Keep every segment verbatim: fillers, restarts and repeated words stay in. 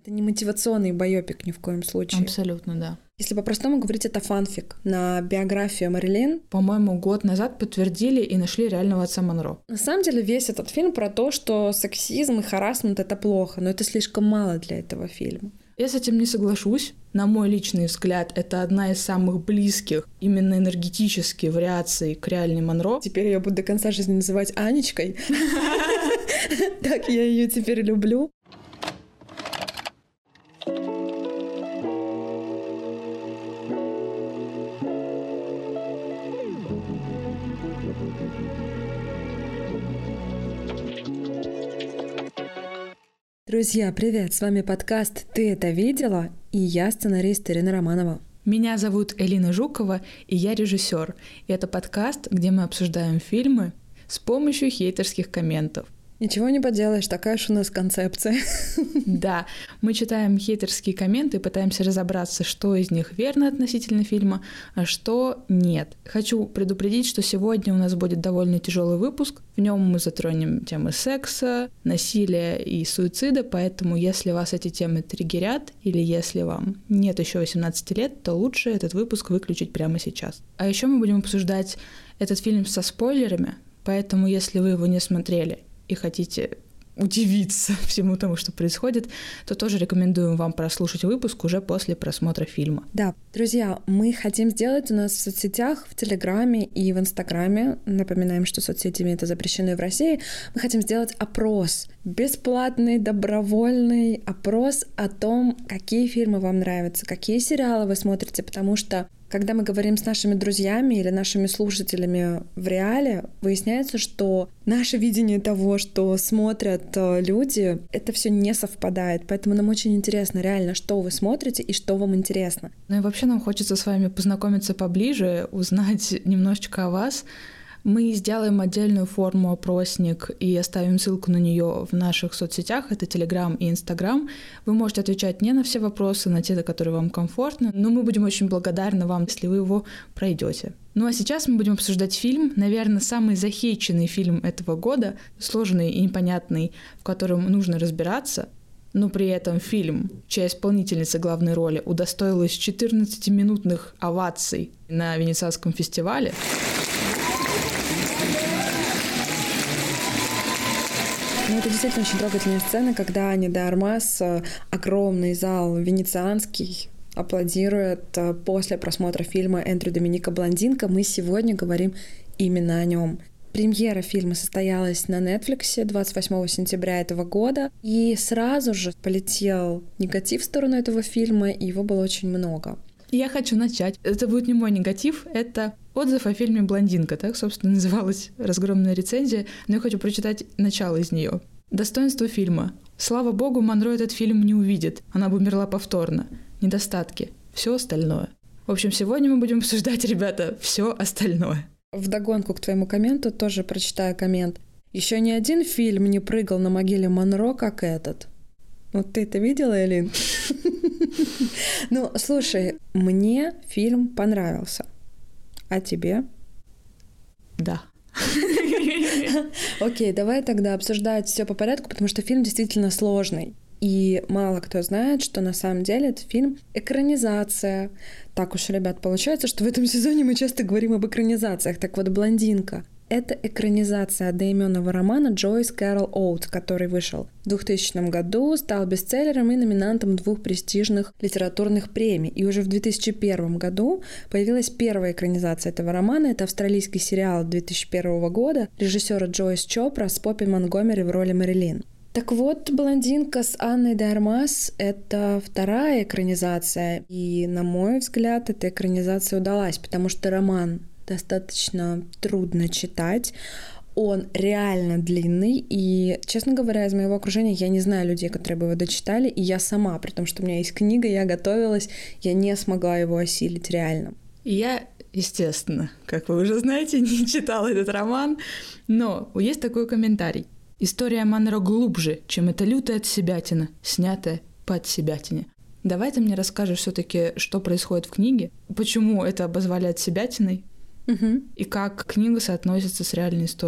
Это не мотивационный байопик ни в коем случае. Абсолютно, да. Если по-простому говорить, это фанфик на биографию Мэрилин. По-моему, год назад подтвердили и нашли реального отца Монро. На самом деле весь этот фильм про то, что сексизм и харассмент — это плохо, но это слишком мало для этого фильма. Я с этим не соглашусь. На мой личный взгляд, это одна из самых близких именно энергетически вариаций к реальной Монро. Теперь я буду до конца жизни называть Анечкой. Так я ее теперь люблю. Друзья, привет! С вами подкаст «Ты это видела?» и я сценарист Ирина Романова. Меня зовут Элина Жукова, и я режиссер. И это подкаст, где мы обсуждаем фильмы с помощью хейтерских комментов. Ничего не поделаешь, такая уж у нас концепция. Да, мы читаем хейтерские комменты и пытаемся разобраться, что из них верно относительно фильма, а что нет. Хочу предупредить, что сегодня у нас будет довольно тяжелый выпуск. В нем мы затронем темы секса, насилия и суицида, поэтому если вас эти темы триггерят или если вам нет еще восемнадцати лет, то лучше этот выпуск выключить прямо сейчас. А еще мы будем обсуждать этот фильм со спойлерами, поэтому если вы его не смотрели и хотите удивиться всему тому, что происходит, то тоже рекомендуем вам прослушать выпуск уже после просмотра фильма. Да, друзья, мы хотим сделать у нас в соцсетях, в Телеграме и в Инстаграме, напоминаем, что соцсети это запрещены в России, мы хотим сделать опрос, бесплатный, добровольный опрос о том, какие фильмы вам нравятся, какие сериалы вы смотрите, потому что когда мы говорим с нашими друзьями или нашими слушателями в реале, выясняется, что наше видение того, что смотрят люди, это все не совпадает. Поэтому нам очень интересно реально, что вы смотрите и что вам интересно. Ну и вообще нам хочется с вами познакомиться поближе, узнать немножечко о вас. Мы сделаем отдельную форму-опросник и оставим ссылку на нее в наших соцсетях, это Телеграм и Инстаграм. Вы можете отвечать не на все вопросы, на те, которые вам комфортны, но мы будем очень благодарны вам, если вы его пройдете. Ну а сейчас мы будем обсуждать фильм, наверное, самый захейченный фильм этого года, сложный и непонятный, в котором нужно разбираться, но при этом фильм, чья исполнительница главной роли удостоилась четырнадцатиминутных оваций на Венецианском фестивале. Ну, это действительно очень трогательная сцена, когда Ани де Армас, огромный зал венецианский, аплодирует после просмотра фильма Эндрю Доминика «Блондинка». Мы сегодня говорим именно о нем. Премьера фильма состоялась на Netflix двадцать восьмого сентября этого года, и сразу же полетел негатив в сторону этого фильма, и его было очень много. Я хочу начать. Это будет не мой негатив, это отзыв о фильме «Блондинка». Так, собственно, называлась разгромная рецензия, но я хочу прочитать начало из нее. Достоинство фильма. Слава богу, Монро этот фильм не увидит. Она бы умерла повторно. Недостатки. Все остальное. В общем, сегодня мы будем обсуждать, ребята, все остальное. Вдогонку к твоему комменту тоже прочитаю коммент. Еще ни один фильм не прыгал на могиле Монро, как этот. Вот ты это видела, Элин? Ну, слушай, мне фильм понравился. А тебе? Да. Окей, давай тогда обсуждать все по порядку, потому что фильм действительно сложный. И мало кто знает, что на самом деле этот фильм — экранизация. Так уж, ребят, получается, что в этом сезоне мы часто говорим об экранизациях. Так вот, «Блондинка» — это экранизация одноименного романа Джойс Кэрол Оут, который вышел в двухтысячном году, стал бестселлером и номинантом двух престижных литературных премий. И уже в две тысячи первом году появилась первая экранизация этого романа. Это австралийский сериал две тысячи первого года режиссера Джойс Чопра с Поппи Монгомери в роли Мэрилин. Так вот, «Блондинка» с Анной де Армас — это вторая экранизация. И, на мой взгляд, эта экранизация удалась, потому что роман достаточно трудно читать. Он реально длинный, и, честно говоря, из моего окружения я не знаю людей, которые бы его дочитали, и я сама, при том, что у меня есть книга, я готовилась, я не смогла его осилить реально. Я, естественно, как вы уже знаете, не читала этот роман, но есть такой комментарий. История Монро глубже, чем эта лютая отсебятина, снятая по отсебятине. Давай ты мне расскажешь все-таки, что происходит в книге, почему это обозвали отсебятиной, Угу. и как книга соотносится с реальной историей.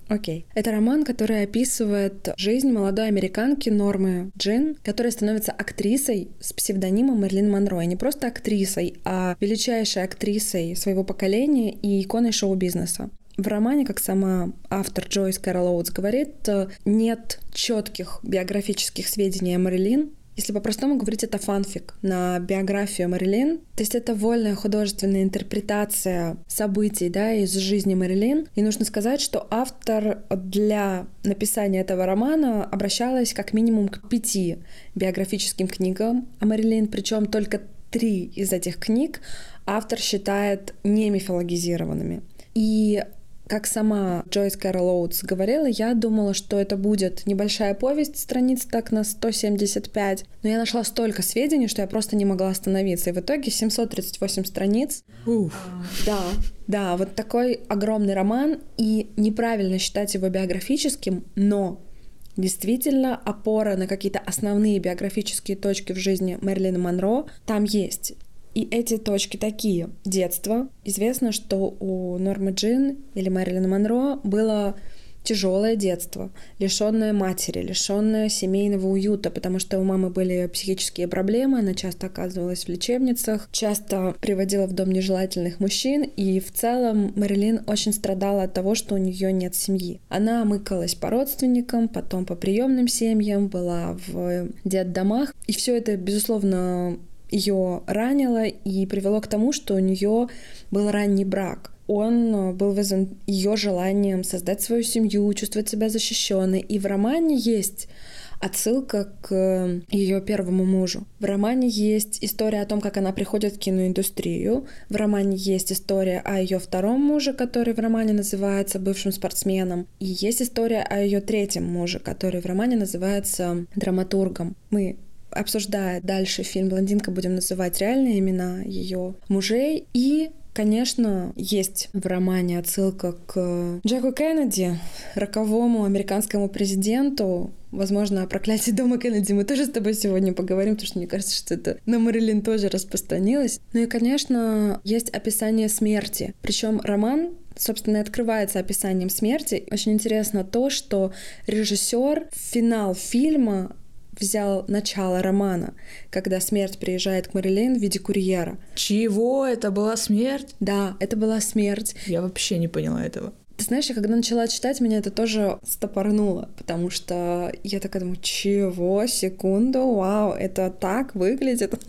Окей. Это роман, который описывает жизнь молодой американки Нормы Джин, которая становится актрисой с псевдонимом Мэрилин Монро. И не просто актрисой, а величайшей актрисой своего поколения и иконой шоу-бизнеса. В романе, как сама автор Джойс Кэрол Оуэтс говорит, нет четких биографических сведений о Мэрилин. Если по-простому говорить, это фанфик на биографию Мэрилин. То есть это вольная художественная интерпретация событий, да, из жизни Мэрилин. И нужно сказать, что автор для написания этого романа обращалась как минимум к пяти биографическим книгам о Мэрилин, причем только три из этих книг автор считает не мифологизированными. И как сама Джойс Кэрол Оуэтс говорила, я думала, что это будет небольшая повесть, страниц так на сто семьдесят пять, но я нашла столько сведений, что я просто не могла остановиться. И в итоге семьсот тридцать восемь страниц. Уф. Да, да, вот такой огромный роман, и неправильно считать его биографическим, но действительно опора на какие-то основные биографические точки в жизни Мэрилин Монро там есть. И эти точки такие. Детство. Известно, что у Нормы Джин или Мэрилин Монро было тяжелое детство, лишенное матери, лишенное семейного уюта, потому что у мамы были психические проблемы, она часто оказывалась в лечебницах, часто приводила в дом нежелательных мужчин, и в целом Мэрилин очень страдала от того, что у нее нет семьи. Она мыкалась по родственникам, потом по приемным семьям, была в детдомах, и все это, безусловно, ее ранило и привело к тому, что у нее был ранний брак. Он был вызван ее желанием создать свою семью, чувствовать себя защищенной. И в романе есть отсылка к ее первому мужу. В романе есть история о том, как она приходит в киноиндустрию. В романе есть история о ее втором муже, который в романе называется бывшим спортсменом. И есть история о ее третьем муже, который в романе называется драматургом. Мы, обсуждая дальше фильм «Блондинка», будем называть реальные имена ее мужей. И, конечно, есть в романе отсылка к Джеку Кеннеди, роковому американскому президенту. Возможно, о проклятии дома Кеннеди мы тоже с тобой сегодня поговорим, потому что мне кажется, что это на Мэрилин тоже распространилось. Ну и, конечно, есть описание смерти. Причем роман, собственно, и открывается описанием смерти. Очень интересно то, что режиссер финал фильма взял начало романа, когда смерть приезжает к Мэрилин в виде курьера. Чего? Это была смерть? Да, это была смерть. Я вообще не поняла этого. Ты знаешь, я когда начала читать, меня это тоже стопорнуло, потому что я такая думаю, чего? Секунду, вау, это так выглядит?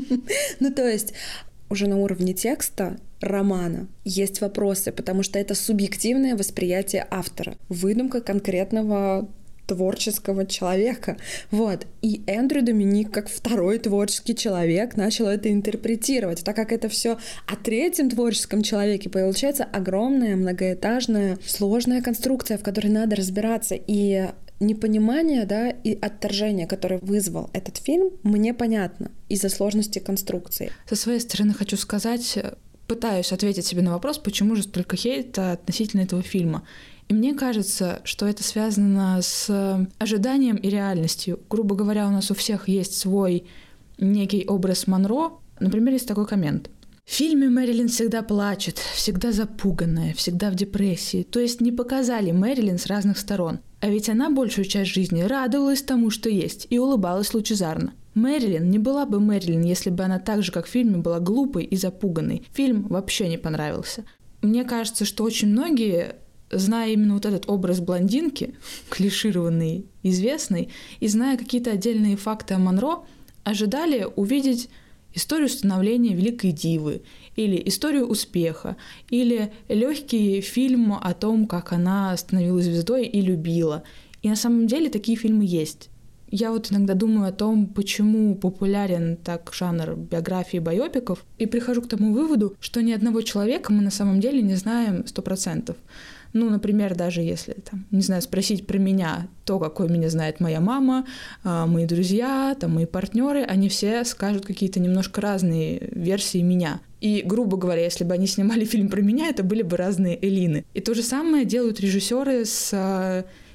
Ну, то есть уже на уровне текста романа есть вопросы, потому что это субъективное восприятие автора, выдумка конкретного творческого человека. Вот. И Эндрю Доминик, как второй творческий человек, начал это интерпретировать. Так как это все о третьем творческом человеке, получается огромная, многоэтажная, сложная конструкция, в которой надо разбираться. И непонимание, да, и отторжение, которое вызвал этот фильм, мне понятно из-за сложности конструкции. Со своей стороны хочу сказать, пытаюсь ответить себе на вопрос, почему же столько хейта относительно этого фильма. И мне кажется, что это связано с ожиданием и реальностью. Грубо говоря, у нас у всех есть свой некий образ Монро. Например, есть такой коммент. В фильме Мэрилин всегда плачет, всегда запуганная, всегда в депрессии. То есть не показали Мэрилин с разных сторон. А ведь она большую часть жизни радовалась тому, что есть, и улыбалась лучезарно. Мэрилин не была бы Мэрилин, если бы она так же, как в фильме, была глупой и запуганной. Фильм вообще не понравился. Мне кажется, что очень многие, зная именно вот этот образ блондинки, клишированный, известный, и зная какие-то отдельные факты о Монро, ожидали увидеть историю становления великой дивы, или историю успеха, или легкий фильм о том, как она становилась звездой и любила. И на самом деле такие фильмы есть. Я вот иногда думаю о том, почему популярен так жанр биографии байопиков, и прихожу к тому выводу, что ни одного человека мы на самом деле не знаем сто процентов. Ну, например, даже если, там, не знаю, спросить про меня, то, какой меня знает моя мама, мои друзья, там, мои партнеры, они все скажут какие-то немножко разные версии меня. И, грубо говоря, если бы они снимали фильм про меня, это были бы разные Элины. И то же самое делают режиссеры с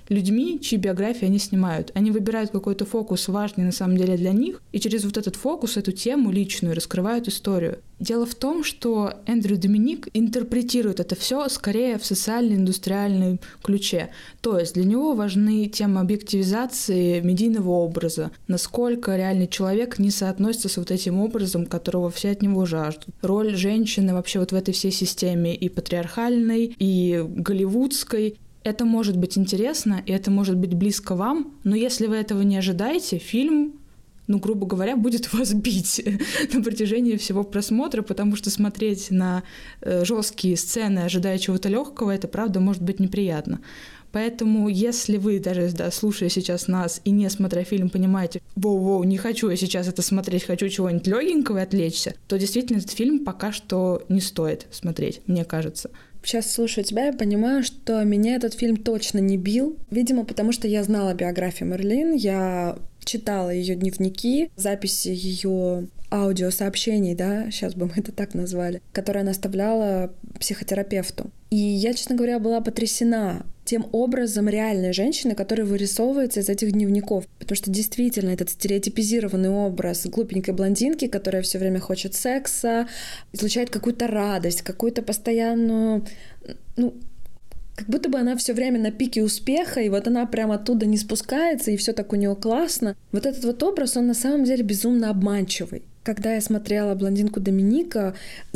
людьми, чьи биографии они снимают. Они выбирают какой-то фокус, важный на самом деле для них, и через вот этот фокус, эту тему личную раскрывают историю. Дело в том, что Эндрю Доминик интерпретирует это все скорее в социально-индустриальном ключе. То есть для него важны темы объективизации медийного образа, насколько реальный человек не соотносится с вот этим образом, которого все от него жаждут. Роль женщины вообще вот в этой всей системе и патриархальной, и голливудской. Это может быть интересно, и это может быть близко вам, но если вы этого не ожидаете, фильм, ну, грубо говоря, будет вас бить на протяжении всего просмотра, потому что смотреть на э, жесткие сцены, ожидая чего-то легкого, это, правда, может быть неприятно. Поэтому, если вы, даже да, слушая сейчас нас и не смотря фильм, понимаете, воу-воу, не хочу я сейчас это смотреть, хочу чего-нибудь легенького и отвлечься, то действительно этот фильм пока что не стоит смотреть, мне кажется. Сейчас слушаю тебя, я понимаю, что меня этот фильм точно не бил. Видимо, потому что я знала биографию Мерлин, я читала ее дневники, записи ее аудиосообщений, да, сейчас бы мы это так назвали, которые она оставляла психотерапевту. И я, честно говоря, была потрясена тем образом реальной женщины, которая вырисовывается из этих дневников. Потому что действительно этот стереотипизированный образ глупенькой блондинки, которая все время хочет секса, излучает какую-то радость, какую-то постоянную... ну, как будто бы она все время на пике успеха, и вот она прямо оттуда не спускается, и все так у нее классно. Вот этот вот образ, он на самом деле безумно обманчивый. Когда я смотрела «Блондинку Доминика»,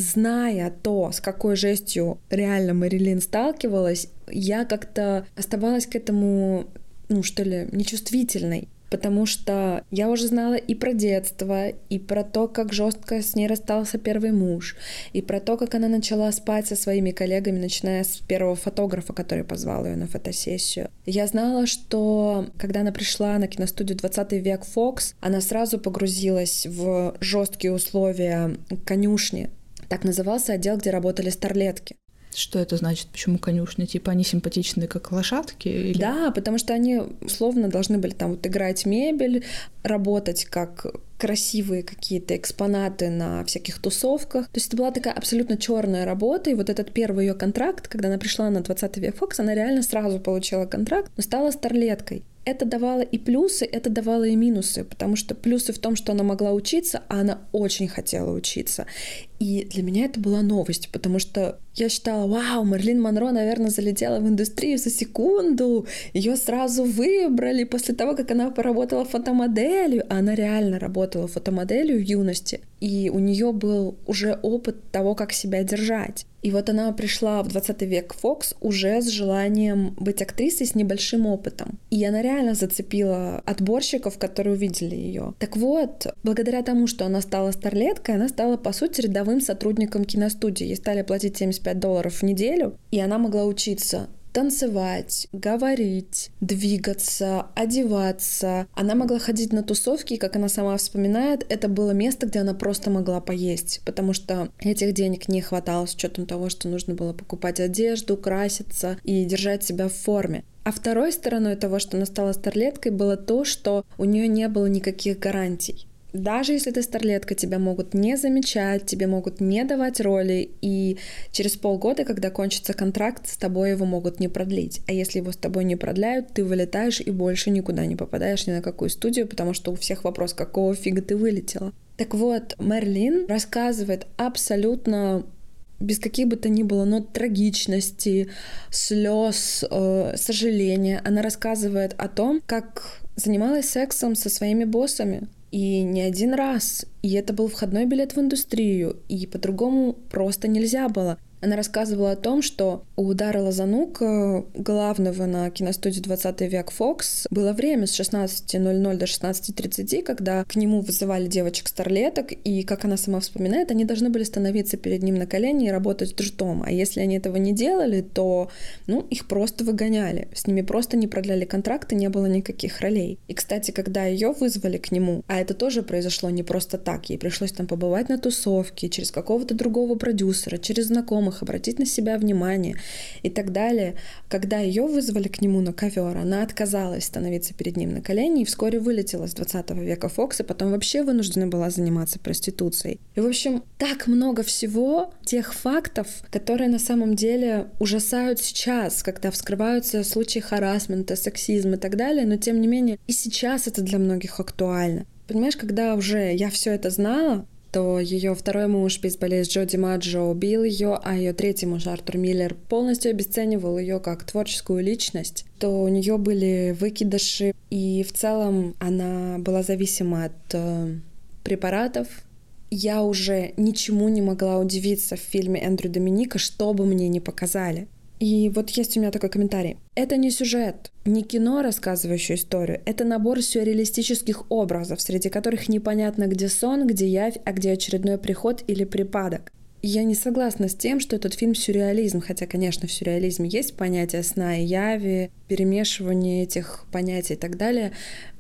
зная то, с какой жестью реально Мэрилин сталкивалась, я как-то оставалась к этому, ну что ли, нечувствительной. Потому что я уже знала и про детство, и про то, как жестко с ней расстался первый муж, и про то, как она начала спать со своими коллегами, начиная с первого фотографа, который позвал ее на фотосессию. Я знала, что когда она пришла на киностудию «двадцатый век Фокс», она сразу погрузилась в жесткие условия конюшни. Так назывался отдел, где работали старлетки. Что это значит? Почему конюшня? Типа они симпатичные, как лошадки? Или... Да, потому что они условно должны были там вот играть мебель, работать как красивые какие-то экспонаты на всяких тусовках. То есть это была такая абсолютно черная работа, и вот этот первый ее контракт, когда она пришла на «двадцатый век Фокс», она реально сразу получила контракт, но стала старлеткой. Это давало и плюсы, это давало и минусы, потому что плюсы в том, что она могла учиться, а она очень хотела учиться. И для меня это была новость, потому что я считала, вау, Мэрилин Монро, наверное, залетела в индустрию за секунду, ее сразу выбрали после того, как она поработала фотомоделью, а она реально работала фотомоделью в юности, и у нее был уже опыт того, как себя держать. И вот она пришла в «двадцатый век Фокс уже с желанием быть актрисой с небольшим опытом. И она реально зацепила отборщиков, которые увидели ее. Так вот, благодаря тому, что она стала старлеткой, она стала, по сути, рядовым сотрудником киностудии. Ей стали платить семьдесят пять долларов в неделю, и она могла учиться танцевать, говорить, двигаться, одеваться. Она могла ходить на тусовки, и, как она сама вспоминает, это было место, где она просто могла поесть, потому что этих денег не хватало с учетом того, что нужно было покупать одежду, краситься и держать себя в форме. А второй стороной того, что она стала старлеткой, было то, что у нее не было никаких гарантий. Даже если ты старлетка, тебя могут не замечать, тебе могут не давать роли, и через полгода, когда кончится контракт, с тобой его могут не продлить. А если его с тобой не продляют, ты вылетаешь и больше никуда не попадаешь ни на какую студию, потому что у всех вопрос, какого фига ты вылетела. Так вот, Мэрилин рассказывает абсолютно без каких бы то ни было нот трагичности, слез, э, сожаления. Она рассказывает о том, как занималась сексом со своими боссами. И не один раз. И это был входной билет в индустрию. И по-другому просто нельзя было. Она рассказывала о том, что у Даррела Занука, главного на киностудии «двадцатый век Фокс», было время с шестнадцати ноль-ноль до шестнадцати тридцати, когда к нему вызывали девочек-старлеток, и, как она сама вспоминает, они должны были становиться перед ним на колени и работать джутом. А если они этого не делали, то ну, их просто выгоняли. С ними просто не продляли контракты, не было никаких ролей. И, кстати, когда ее вызвали к нему, а это тоже произошло не просто так, ей пришлось там побывать на тусовке, через какого-то другого продюсера, через знакомых, обратить на себя внимание. и так далее. Когда ее вызвали к нему на ковер, она отказалась становиться перед ним на колени и вскоре вылетела с двадцатого века Фокс, и потом вообще вынуждена была заниматься проституцией. И, в общем, так много всего, тех фактов, которые на самом деле ужасают сейчас, когда вскрываются случаи харассмента, сексизма и так далее, но тем не менее и сейчас это для многих актуально. Понимаешь, когда уже я все это знала, то ее второй муж, бейсболист Джо Димаджо, убил ее, а ее третий муж Артур Миллер полностью обесценивал ее как творческую личность, то у нее были выкидыши, и в целом она была зависима от э, препаратов. Я уже ничему не могла удивиться в фильме Эндрю Доминика, что бы мне ни показали. И вот есть у меня такой комментарий. Это не сюжет, не кино, рассказывающее историю. Это набор сюрреалистических образов, среди которых непонятно, где сон, где явь, а где очередной приход или припадок. И я не согласна с тем, что этот фильм сюрреализм, хотя, конечно, в сюрреализме есть понятие сна и яви, перемешивание этих понятий и так далее.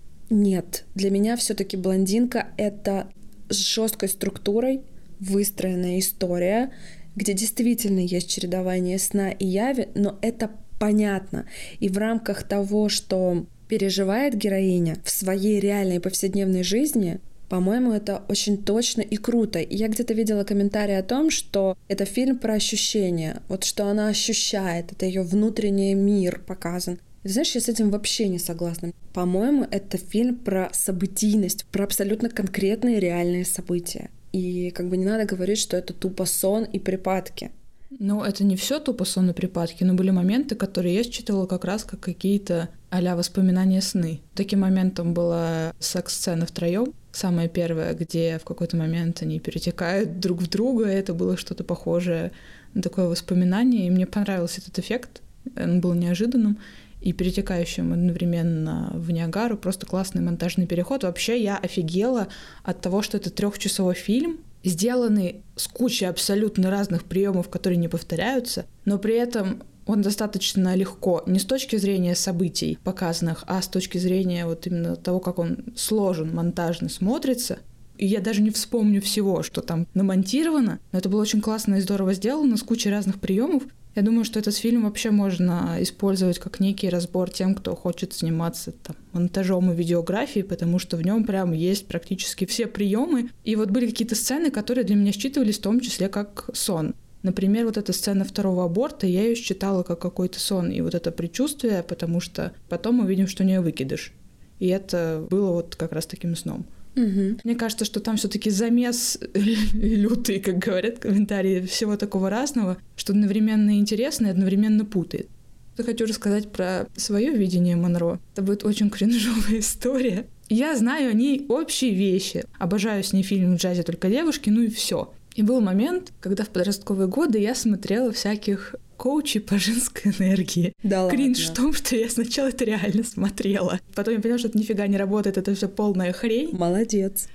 Нет, для меня все-таки «Блондинка» — это с жесткой структурой выстроенная история, где действительно есть чередование сна и яви, но это понятно. И в рамках того, что переживает героиня в своей реальной повседневной жизни, по-моему, это очень точно и круто. И я где-то видела комментарий о том, что это фильм про ощущения, вот что она ощущает, это ее внутренний мир показан. Ты знаешь, я с этим вообще не согласна. По-моему, это фильм про событийность, про абсолютно конкретные реальные события. И как бы не надо говорить, что это тупо сон и припадки. Ну, это не все тупо сон и припадки, но были моменты, которые я считала как раз как какие-то а-ля воспоминания сны. Таким моментом была секс-сцена втроем, самая первая, где в какой-то момент они перетекают друг в друга, это было что-то похожее на такое воспоминание, и мне понравился этот эффект, он был неожиданным и перетекающим одновременно в Ниагару. Просто классный монтажный переход. Вообще я офигела от того, что это трехчасовой фильм, сделанный с кучей абсолютно разных приемов, которые не повторяются, но при этом он достаточно легко, не с точки зрения событий показанных, а с точки зрения вот именно того, как он сложен, монтажно смотрится. И я даже не вспомню всего, что там намонтировано, но это было очень классно и здорово сделано, с кучей разных приемов. Я думаю, что этот фильм вообще можно использовать как некий разбор тем, кто хочет заниматься там, монтажом и видеографией, потому что в нем прям есть практически все приемы. И вот были какие-то сцены, которые для меня считывались в том числе как сон. Например, вот эта сцена второго аборта, я ее считала как какой-то сон, и вот это предчувствие, потому что потом мы видим, что у нее выкидыш. И это было вот как раз таким сном. Угу. Мне кажется, что там все-таки замес лютый, как говорят в комментарии, всего такого разного, что одновременно интересно и одновременно путает. Я хочу рассказать про свое видение Монро. Это будет очень кринжовая история. Я знаю о ней общие вещи. Обожаю с ней фильм «В джазе только девушки», ну и все. И был момент, когда в подростковые годы я смотрела всяких коучей по женской энергии. Да Кринж ладно. в том, что я сначала это реально смотрела. Потом я поняла, что это нифига не работает, это все полная хрень. Молодец.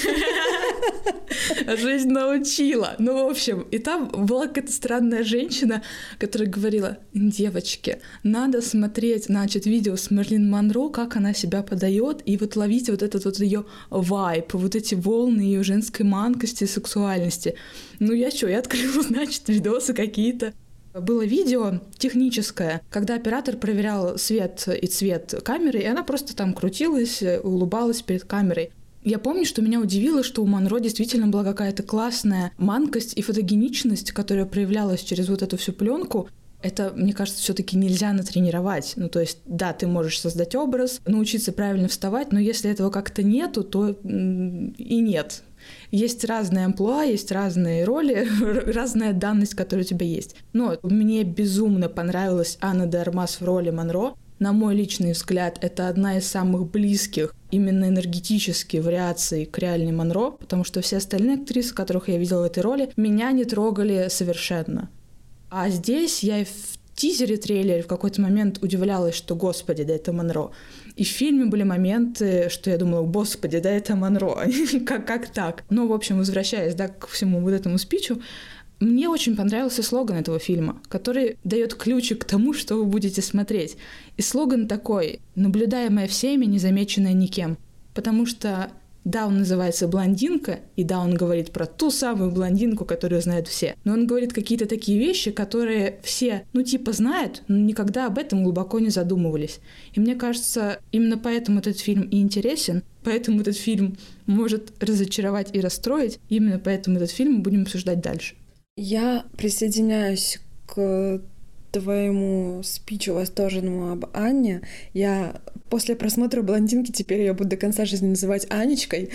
Жизнь научила. Ну, в общем, и там была какая-то странная женщина, которая говорила: девочки, надо смотреть, значит, видео с Мерлин Монро, как она себя подает, и вот ловить вот этот вот ее вайб, вот эти волны ее женской манкости и сексуальности. Ну, я что, я открыла, значит, видосы какие-то. Было видео техническое, когда оператор проверял свет и цвет камеры, и она просто там крутилась, улыбалась перед камерой. Я помню, что меня удивило, что у Монро действительно была какая-то классная манкость и фотогеничность, которая проявлялась через вот эту всю пленку. Это, мне кажется, все-таки нельзя натренировать. Ну, то есть, да, ты можешь создать образ, научиться правильно вставать, но если этого как-то нету, то и нет. Есть разные амплуа, есть разные роли, разная данность, которая у тебя есть. Но мне безумно понравилась Анна де Армас в роли Монро. На мой личный взгляд, это одна из самых близких именно энергетически вариаций к реальной Монро, потому что все остальные актрисы, которых я видела в этой роли, меня не трогали совершенно. А здесь я в тизере, трейлере в какой-то момент удивлялась, что, господи, да это Монро. И в фильме были моменты, что я думала: господи, да это Монро. как, как так? Но, в общем, возвращаясь да, к всему вот этому спичу, мне очень понравился слоган этого фильма, который дает ключик к тому, что вы будете смотреть. И слоган такой: наблюдаемое всеми, незамеченное никем. Потому что Да, он называется «Блондинка», и да, он говорит про ту самую блондинку, которую знают все. Но он говорит какие-то такие вещи, которые все, ну, типа, знают, но никогда об этом глубоко не задумывались. И мне кажется, именно поэтому этот фильм и интересен, поэтому этот фильм может разочаровать и расстроить, именно поэтому этот фильм мы будем обсуждать дальше. Я присоединяюсь к твоему спичу восторженному об Анне. Я после просмотра «Блондинки» теперь ее буду до конца жизни называть Анечкой.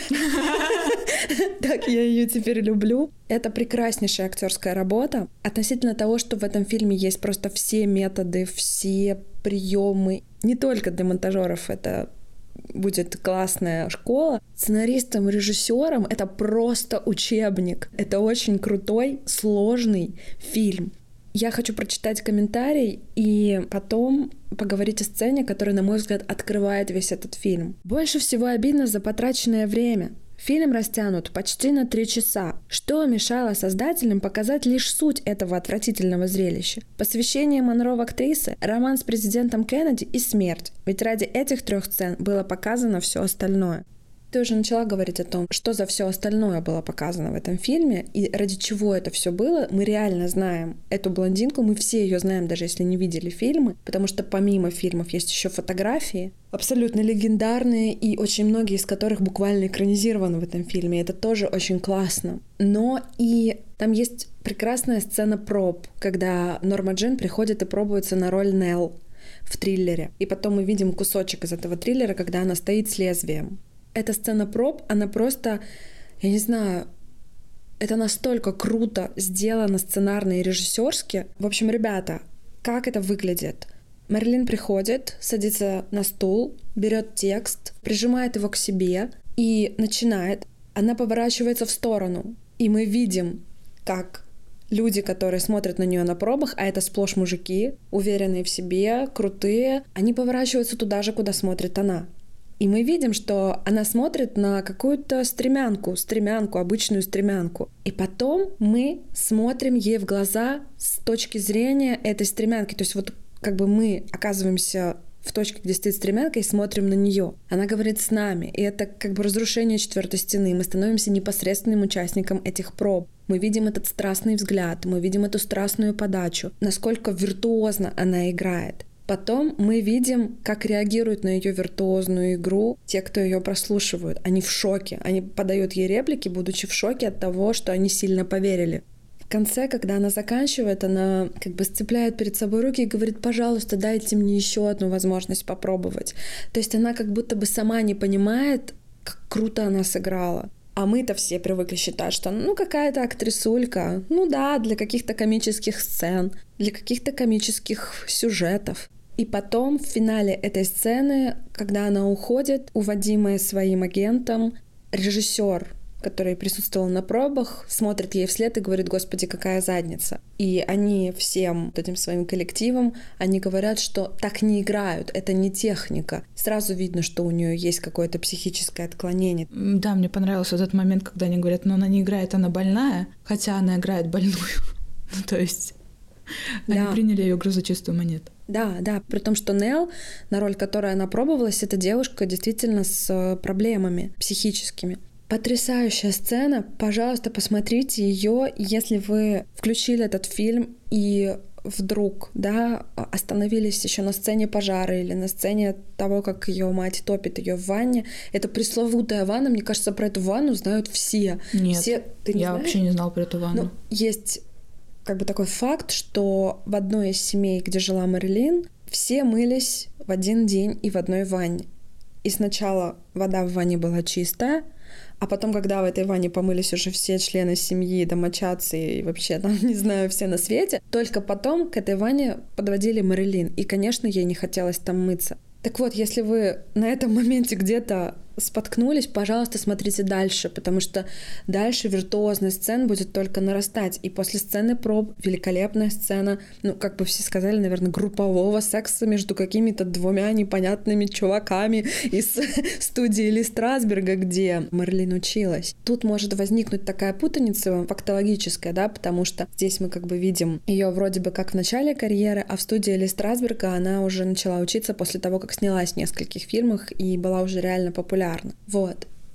Так я ее теперь люблю. Это прекраснейшая актерская работа. Относительно того, что в этом фильме есть просто все методы, все приемы, не только для монтажеров, это будет классная школа. Сценаристам, режиссерам это просто учебник. Это очень крутой, сложный фильм. Я хочу прочитать комментарий и потом поговорить о сцене, которая, на мой взгляд, открывает весь этот фильм. Больше всего обидно за потраченное время. Фильм растянут почти на три часа, что мешало создателям показать лишь суть этого отвратительного зрелища. Посвящение Монро в актрисы, роман с президентом Кеннеди и смерть. Ведь ради этих трех сцен было показано все остальное. Ты уже начала говорить о том, что за все остальное было показано в этом фильме и ради чего это все было. Мы реально знаем эту блондинку, мы все ее знаем, даже если не видели фильмы, потому что помимо фильмов есть еще фотографии, абсолютно легендарные, и очень многие из которых буквально экранизированы в этом фильме. Это тоже очень классно. Но и там есть прекрасная сцена проб, когда Норма Джин приходит и пробуется на роль Нелл в триллере. И потом мы видим кусочек из этого триллера, когда она стоит с лезвием. Эта сцена проб, она просто, я не знаю, это настолько круто сделано сценарно и режиссерски. В общем, ребята, как это выглядит? Мэрилин приходит, садится на стул, берет текст, прижимает его к себе и начинает. Она поворачивается в сторону, и мы видим, как люди, которые смотрят на нее на пробах, а это сплошь мужики, уверенные в себе, крутые, они поворачиваются туда же, куда смотрит она. И мы видим, что она смотрит на какую-то стремянку, стремянку, обычную стремянку. И потом мы смотрим ей в глаза с точки зрения этой стремянки. То есть вот как бы мы оказываемся в точке, где стоит стремянка, и смотрим на нее. Она говорит с нами. И это как бы разрушение четвертой стены. Мы становимся непосредственным участником этих проб. Мы видим этот страстный взгляд, мы видим эту страстную подачу, насколько виртуозно она играет. Потом мы видим, как реагируют на ее виртуозную игру те, кто ее прослушивают. Они в шоке. Они подают ей реплики, будучи в шоке от того, что они сильно поверили. В конце, когда она заканчивает, она как бы сцепляет перед собой руки и говорит: пожалуйста, дайте мне еще одну возможность попробовать. То есть она как будто бы сама не понимает, как круто она сыграла. А мы-то все привыкли считать, что ну какая-то актрисулька, ну да, для каких-то комических сцен, для каких-то комических сюжетов. И потом в финале этой сцены, когда она уходит, уводимая своим агентом, режиссер, который присутствовал на пробах, смотрит ей вслед и говорит: «Господи, какая задница». И они всем этим своим коллективом, они говорят, что так не играют, это не техника. Сразу видно, что у нее есть какое-то психическое отклонение. Да, мне понравился этот момент, когда они говорят: но она не играет, она больная, хотя она играет больную. Ну, то есть они Да. приняли ее игру за чистую монету. Да, да, при том, что Нелл, на роль которой она пробовалась, это девушка действительно с проблемами психическими. Потрясающая сцена. Пожалуйста, посмотрите ее, если вы включили этот фильм и вдруг, да, остановились еще на сцене пожара или на сцене того, как ее мать топит ее в ванне. Это пресловутая ванна. Мне кажется, про эту ванну знают все. Нет, все... Ты не я знаешь? вообще не знала про эту ванну. Ну, есть как бы такой факт, что в одной из семей, где жила Мэрилин, все мылись в один день и в одной ванне. И сначала вода в ванне была чистая, а потом, когда в этой ванне помылись уже все члены семьи, домочадцы и вообще, там, не знаю, все на свете, только потом к этой ванне подводили Мэрилин. И, конечно, ей не хотелось там мыться. Так вот, если вы на этом моменте где-то споткнулись, пожалуйста, смотрите дальше, потому что дальше виртуозность сцен будет только нарастать. И после сцены проб великолепная сцена, ну, как бы все сказали, наверное, группового секса между какими-то двумя непонятными чуваками из студии Ли Страсберга, где Мэрилин училась. Тут может возникнуть такая путаница фактологическая, да, потому что здесь мы как бы видим ее вроде бы как в начале карьеры, а в студии Ли Страсберга она уже начала учиться после того, как снялась в нескольких фильмах и была уже реально популярна. Вот.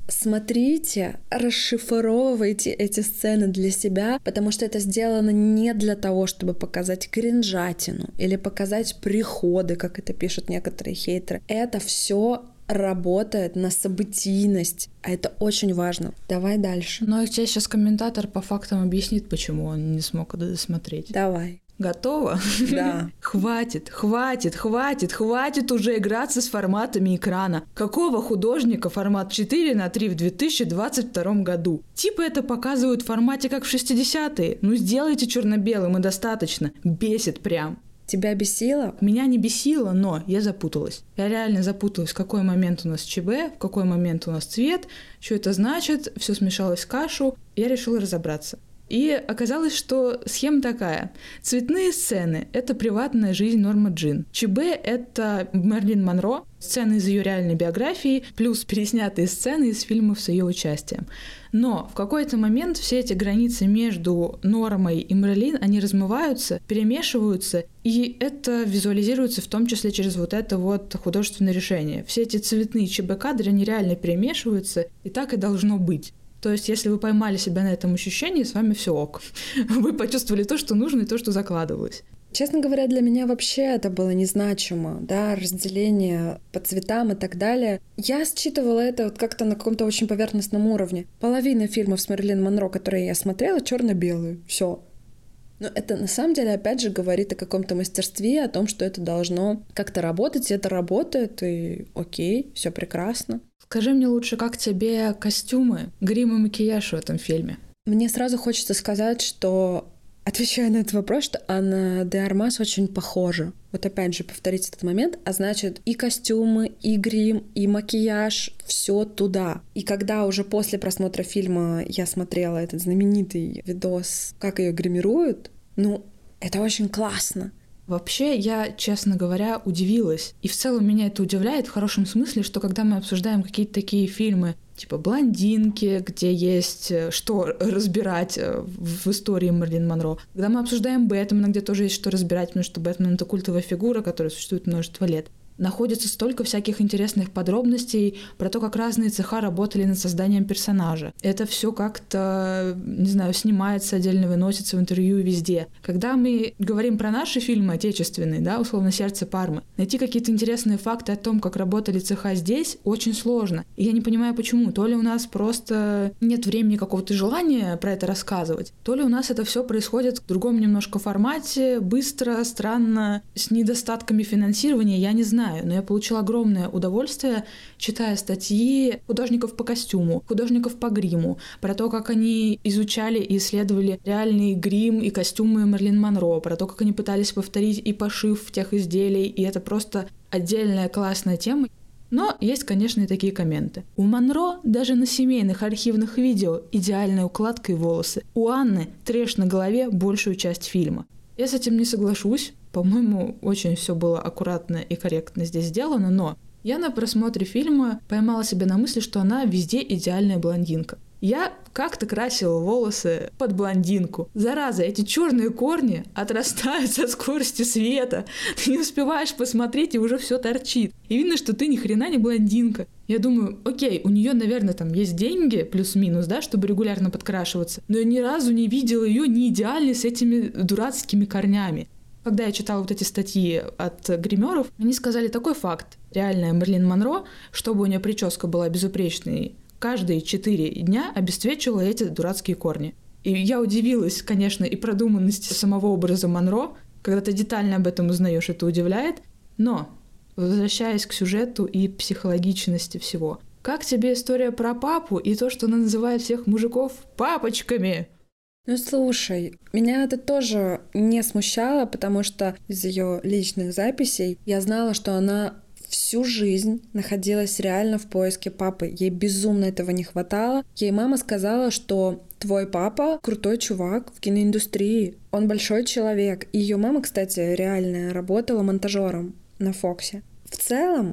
Смотрите, расшифровывайте эти сцены для себя, потому что это сделано не для того, чтобы показать кринжатину или показать приходы, как это пишут некоторые хейтеры. Это все работает на событийность, а это очень важно. Давай дальше. Ну, и тебе сейчас комментатор по фактам объяснит, почему он не смог это досмотреть. Давай. Готово? Да. Хватит, хватит, хватит, хватит уже играться с форматами экрана. Какого художника формат четыре на три в две тысячи двадцать втором году? Типа это показывают в формате как в шестидесятые. Ну сделайте черно-белым и достаточно. Бесит прям. Тебя бесило? Меня не бесило, но я запуталась. Я реально запуталась, в какой момент у нас ЧБ, в какой момент у нас цвет, что это значит, все смешалось в кашу. Я решила разобраться. И оказалось, что схема такая. Цветные сцены — это приватная жизнь Нормы Джин. ЧБ — это Мэрилин Монро, сцены из ее реальной биографии, плюс переснятые сцены из фильмов с ее участием. Но в какой-то момент все эти границы между Нормой и Мэрилин, они размываются, перемешиваются, и это визуализируется в том числе через вот это вот художественное решение. Все эти цветные ЧБ-кадры, они реально перемешиваются, и так и должно быть. То есть, если вы поймали себя на этом ощущении, с вами все ок. Вы почувствовали то, что нужно, и то, что закладывалось. Честно говоря, для меня вообще это было незначимо, да, разделение по цветам и так далее. Я считывала это вот как-то на каком-то очень поверхностном уровне. Половина фильмов с Мэрилин Монро, которые я смотрела, черно-белые. Все. Но это на самом деле, опять же, говорит о каком-то мастерстве, о том, что это должно как-то работать, и это работает, и окей, все прекрасно. Скажи мне лучше, как тебе костюмы, грим и макияж в этом фильме? Мне сразу хочется сказать, что, отвечая на этот вопрос, что Анна де Армас очень похожа. Вот опять же, повторить этот момент, а значит, и костюмы, и грим, и макияж, все туда. И когда уже после просмотра фильма я смотрела этот знаменитый видос, как ее гримируют, ну, это очень классно. Вообще, я, честно говоря, удивилась. И в целом меня это удивляет в хорошем смысле, что когда мы обсуждаем какие-то такие фильмы, типа «Блондинки», где есть что разбирать в истории Мэрилин Монро, когда мы обсуждаем Бэтмена, где тоже есть что разбирать, потому что Бэтмен — это культовая фигура, которая существует множество лет, находится столько всяких интересных подробностей про то, как разные цеха работали над созданием персонажа. Это все как-то, не знаю, снимается отдельно, выносится в интервью и везде. Когда мы говорим про наши фильмы отечественные, да, условно «Сердце Пармы», найти какие-то интересные факты о том, как работали цеха здесь, очень сложно. И я не понимаю, почему. То ли у нас просто нет времени, какого-то желания про это рассказывать, то ли у нас это все происходит в другом немножко формате, быстро, странно, с недостатками финансирования, я не знаю. Но я получила огромное удовольствие, читая статьи художников по костюму, художников по гриму, про то, как они изучали и исследовали реальный грим и костюмы Мэрилин Монро, про то, как они пытались повторить и пошив тех изделий, и это просто отдельная классная тема. Но есть, конечно, и такие комменты. У Монро даже на семейных архивных видео идеальная укладка и волосы. У Анны трешь на голове большую часть фильма. Я с этим не соглашусь. По-моему, очень все было аккуратно и корректно здесь сделано, но я на просмотре фильма поймала себя на мысли, что она везде идеальная блондинка. Я как-то красила волосы под блондинку. Зараза, эти черные корни отрастают со скоростью света. Ты не успеваешь посмотреть, и уже все торчит. И видно, что ты ни хрена не блондинка. Я думаю, окей, у нее, наверное, там есть деньги, плюс-минус, да, чтобы регулярно подкрашиваться. Но я ни разу не видела ее не идеальной с этими дурацкими корнями. Когда я читала вот эти статьи от гримеров, они сказали такой факт. Реальная Мэрилин Монро, чтобы у нее прическа была безупречной, каждые четыре дня обесцвечивала эти дурацкие корни. И я удивилась, конечно, и продуманности самого образа Монро. Когда ты детально об этом узнаешь, это удивляет. Но, возвращаясь к сюжету и психологичности всего, как тебе история про папу и то, что она называет всех мужиков папочками? Ну, слушай, меня это тоже не смущало, потому что из ее личных записей я знала, что она всю жизнь находилась реально в поиске папы. Ей безумно этого не хватало. Ей мама сказала, что твой папа крутой чувак в киноиндустрии. Он большой человек. И ее мама, кстати, реально работала монтажером на Фоксе. В целом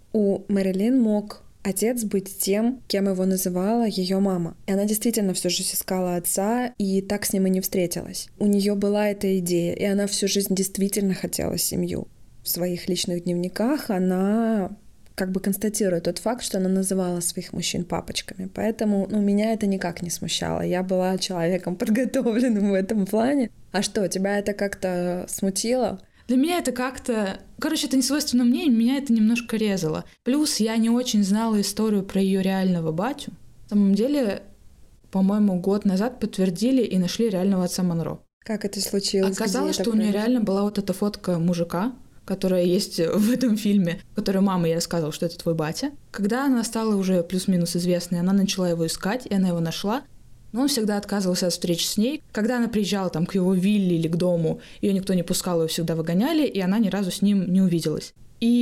у Мэрилин мог отец быть тем, кем его называла ее мама. И она действительно всю жизнь искала отца, и так с ним и не встретилась. У нее была эта идея, и она всю жизнь действительно хотела семью. В своих личных дневниках она как бы констатирую тот факт, что она называла своих мужчин папочками. Поэтому ну, меня это никак не смущало. Я была человеком подготовленным в этом плане. А что, тебя это как-то смутило? Для меня это как-то... Короче, это не свойственно мне, меня это немножко резало. Плюс я не очень знала историю про ее реального батю. На самом деле, по-моему, год назад подтвердили и нашли реального отца Монро. Как это случилось? Оказалось, что у нее реально была вот эта фотка мужика, которая есть в этом фильме, которую мама ей рассказывала, что это твой батя. Когда она стала уже плюс-минус известной, она начала его искать, и она его нашла. Но он всегда отказывался от встреч с ней. Когда она приезжала там, к его вилле или к дому, ее никто не пускал, ее всегда выгоняли, и она ни разу с ним не увиделась.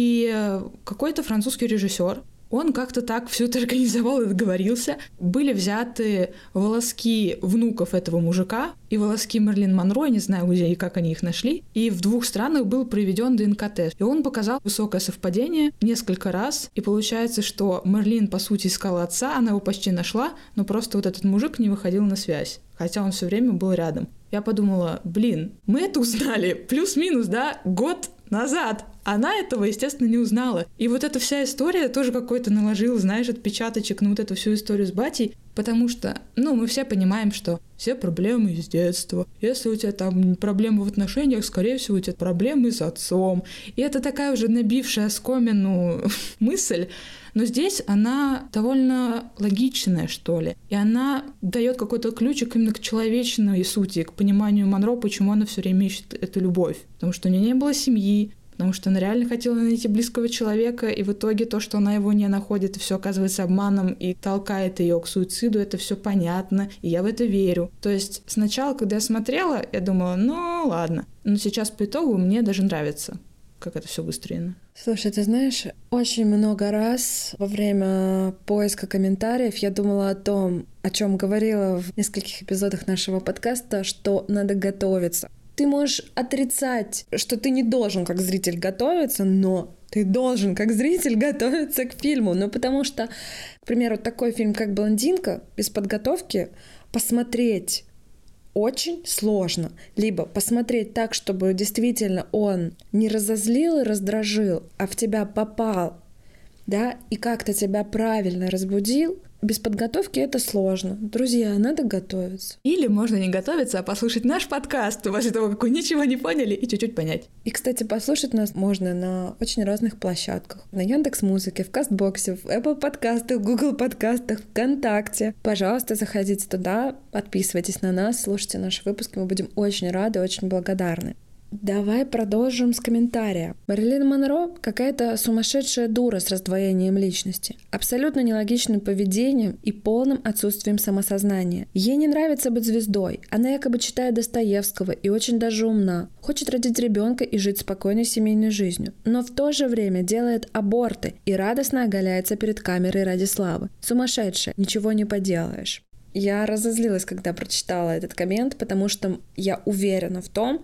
И какой-то французский режиссер, он как-то так все это организовал и договорился. Были взяты волоски внуков этого мужика и волоски Мэрилин Монро, я не знаю, где и как они их нашли. И в двух странах был проведен ДНК-тест. И он показал высокое совпадение несколько раз. И получается, что Мэрилин, по сути, искала отца, она его почти нашла, но просто вот этот мужик не выходил на связь, хотя он все время был рядом. Я подумала, блин, мы это узнали плюс-минус, да, год назад. Она этого, естественно, не узнала. И вот эта вся история тоже какой-то наложила, знаешь, отпечаточек на вот эту всю историю с батей, потому что, ну, мы все понимаем, что все проблемы из детства. Если у тебя там проблемы в отношениях, скорее всего, у тебя проблемы с отцом. И это такая уже набившая оскомину мысль, но здесь она довольно логичная, что ли. И она дает какой-то ключик именно к человечной сути, к пониманию Монро, почему она все время ищет эту любовь. Потому что у нее не было семьи, потому что она реально хотела найти близкого человека, и в итоге то, что она его не находит, и все оказывается обманом и толкает ее к суициду, это все понятно, и я в это верю. То есть сначала, когда я смотрела, я думала, ну ладно. Но сейчас по итогу мне даже нравится, как это все выстроено. Слушай, ты знаешь, очень много раз во время поиска комментариев я думала о том, о чем говорила в нескольких эпизодах нашего подкаста, что надо готовиться. Ты можешь отрицать, что ты не должен как зритель готовиться, но ты должен как зритель готовиться к фильму. Ну, потому что, к примеру, такой фильм, как «Блондинка», без подготовки посмотреть очень сложно. Либо посмотреть так, чтобы действительно он не разозлил и раздражил, а в тебя попал, да, и как-то тебя правильно разбудил. Без подготовки это сложно. Друзья, надо готовиться. Или можно не готовиться, а послушать наш подкаст после того, как вы ничего не поняли, и чуть-чуть понять. И, кстати, послушать нас можно на очень разных площадках. На Яндекс.Музыке, в Кастбоксе, в Apple подкастах, в Google подкастах, ВКонтакте. Пожалуйста, заходите туда, подписывайтесь на нас, слушайте наши выпуски. Мы будем очень рады, очень благодарны. Давай продолжим с комментария. Мэрилин Монро — какая-то сумасшедшая дура с раздвоением личности, абсолютно нелогичным поведением и полным отсутствием самосознания. Ей не нравится быть звездой, она якобы читает Достоевского и очень даже умна, хочет родить ребенка и жить спокойной семейной жизнью, но в то же время делает аборты и радостно оголяется перед камерой ради славы. Сумасшедшая, ничего не поделаешь. Я разозлилась, когда прочитала этот коммент, потому что я уверена в том,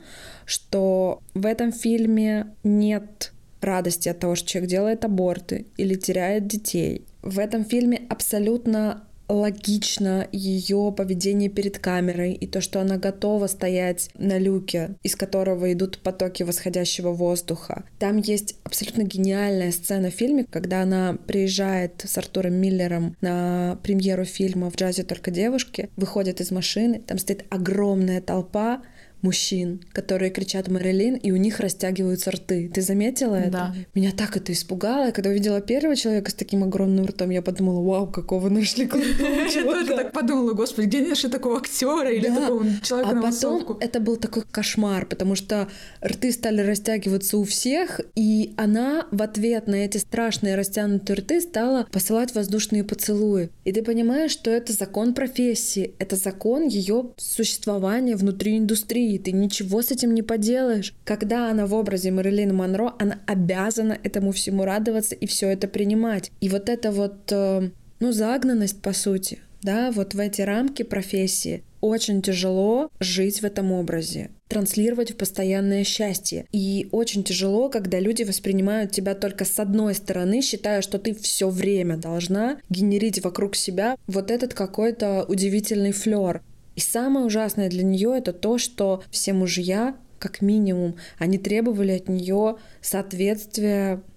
что в этом фильме нет радости от того, что человек делает аборты или теряет детей. В этом фильме абсолютно логично ее поведение перед камерой и то, что она готова стоять на люке, из которого идут потоки восходящего воздуха. Там есть абсолютно гениальная сцена в фильме, когда она приезжает с Артуром Миллером на премьеру фильма «В джазе только девушки», выходит из машины, там стоит огромная толпа мужчин, которые кричат «Мэрилин», и у них растягиваются рты. Ты заметила это? Да. Меня так это испугало. Когда увидела первого человека с таким огромным ртом, я подумала, вау, какого нашли крутого чувака. Я тоже так подумала, господи, где нашли такого актера или такого человека на массовку? А потом это был такой кошмар, потому что рты стали растягиваться у всех, и она в ответ на эти страшные растянутые рты стала посылать воздушные поцелуи. И ты понимаешь, что это закон профессии, это закон ее существования внутри индустрии. Ты ничего с этим не поделаешь. Когда она в образе Мэрилин Монро, она обязана этому всему радоваться и все это принимать. И вот эта вот, ну, загнанность, по сути, да, вот в эти рамки профессии очень тяжело жить в этом образе, транслировать в постоянное счастье. И очень тяжело, когда люди воспринимают тебя только с одной стороны, считая, что ты все время должна генерить вокруг себя вот этот какой-то удивительный флёр. И самое ужасное для нее это то, что все мужья, как минимум, они требовали от нее соответствия